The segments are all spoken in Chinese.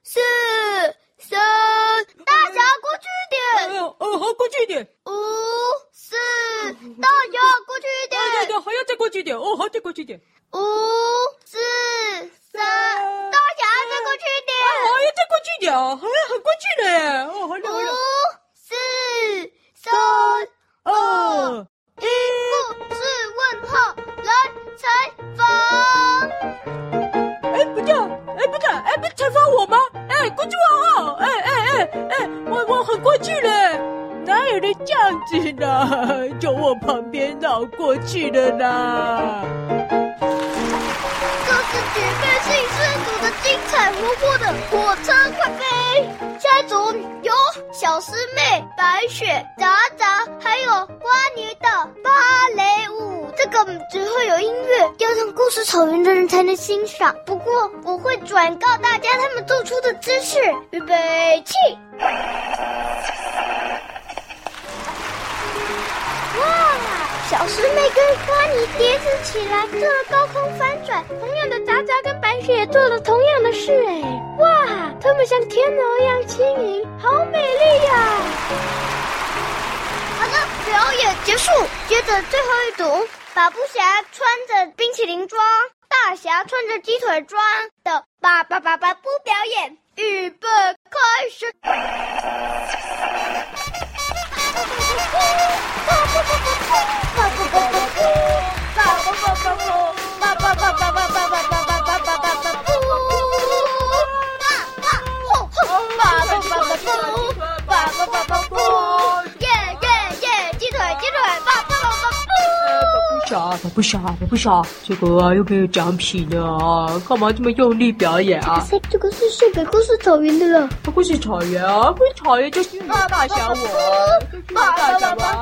4、3，大侠过去一点。 好，过去一点。 5、4，大侠过去一点。 对，还要再过去一点。好，再过去一点。 5、4、3，大侠再过去一点。 还要再过去一点啊！很过去了耶！好了。 5、4、3、2、1，故事问号来采访。 不是采访我吗？故事问号！我很过去了，哪有人这样子呢？从我旁边绕过去了啦。 这是姐妹信师组的精彩活泼的火车快飞。下一组有小师妹、白雪、杂杂，还有瓜尼的芭蕾舞。这个只会有音乐，要上故事草原的人才能欣赏。不过我会转告大家他们做出的姿势。预备起！哇！小师妹跟瓜尼叠字起来，做了高空翻转。同样的，杂杂跟白雪也做了同样的事。哇！他们像天鹅一样轻盈，好美丽呀！好的，表演结束。接着最后一组，把布侠穿着冰淇淋装，大侠穿着鸡腿装的把布表演。预备开始！ 不傻，这个又没有奖品的啊，干嘛这么用力表演啊？ 这个是献给故事草原的了。 故事草原啊，故事草原就是大侠我，就是大侠我。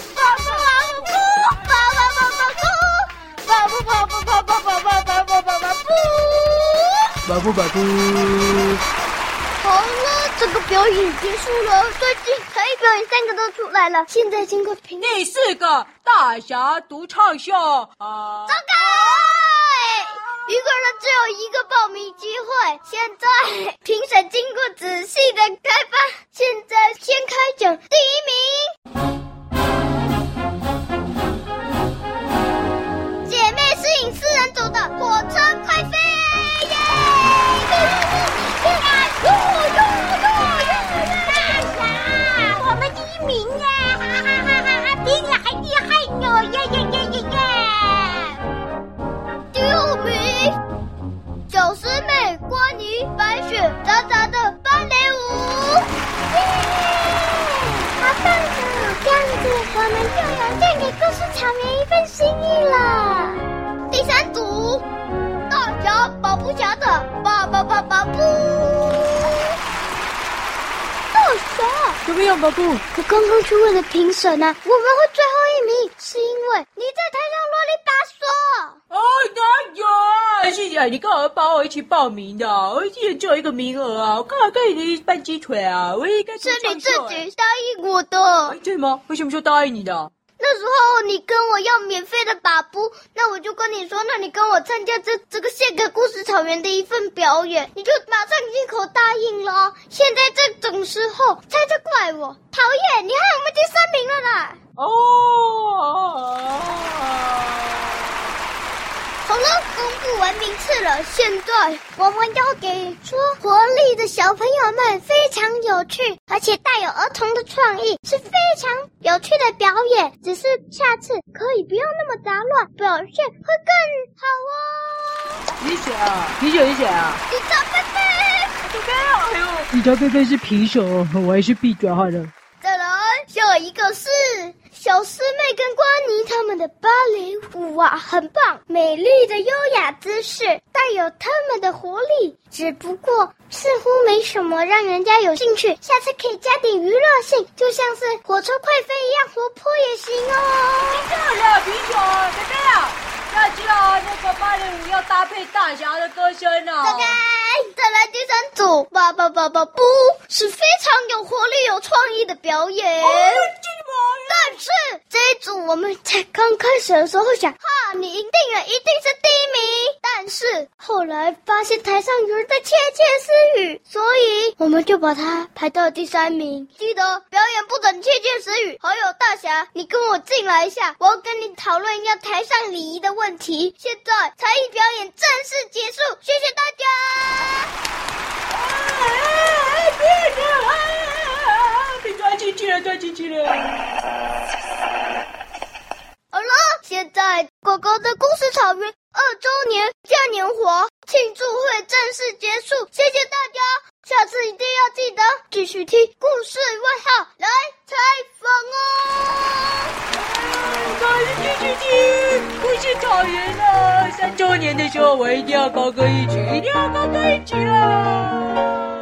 好了，这个表演结束了。最近才艺表演3个都出来了，现在经过评第4个大侠独唱秀啊！ 走开！一个人只有1个报名机会。现在评审经过仔细的开发，现在先开奖第1名。姐妹摄影4人组的火车快飞！耶！ 我们第1名耶！哈哈哈哈！比你还厉害呢！耶！ 第2名，小师妹、瓜尼、白雪、杂杂的芭蕾舞。 好棒哦！这样子，我们就有献给故事草原一份心意了。 第3组，大侠保不侠的布。大侠， 怎么样，宝布？ 我刚刚去问了评审啊，我们会最后1名，是因为你在台上啰里吧嗦。 哪有？是啊，你干嘛把我一起报名的？我一人只有1个名额啊，我干嘛跟你拌鸡腿啊？我应该是你自己答应我的。 对吗？为什么说答应你的？ 那时候你跟我要免费的把布，那我就跟你说，那你跟我参加这个献给故事草原的一份表演，你就马上一口答应了。现在这种时候才在怪我，讨厌！你害我们第3名了啦！好了，公布完名次了，现在我们要给出活力的小朋友们非常有趣，而且带有儿童的创意，是非常有趣的表演。只是下次可以不用那么杂乱，表现会更好哦。 你选啊！理查贝贝，哎呦，理查贝贝是评审哦，我还是闭嘴好了。 再来，下一个是小师妹跟瓜尼他们的芭蕾舞啊，很棒，美丽的优雅姿势，带有他们的活力。只不过似乎没什么让人家有兴趣，下次可以加点娱乐性，就像是火车快飞一样活泼也行哦。 漂亮，评审，妹妹啊！下次啊，那个芭蕾舞要搭配大侠的歌声啊！ 再来第3组，布是非常有活力、有创意的表演。 真的吗？ 但是这一组我们才刚开始的时候想，你赢定了，一定是第一名。但是后来发现台上有人在窃窃私语，所以我们就把他排到第3名。记得表演不准窃窃私语。还有大侠，你跟我进来一下，我要跟你讨论一下台上礼仪的问题。现在才艺表演正式结束，谢谢大家。 钻进去了。 好了，现在狗狗的故事草原2周年嘉年华庆祝会正式结束，谢谢大家，下次一定要记得继续听故事外号来采访哦。 继续听故事草原啊！3周年的时候我一定要高歌一曲，一定要高歌一曲啦！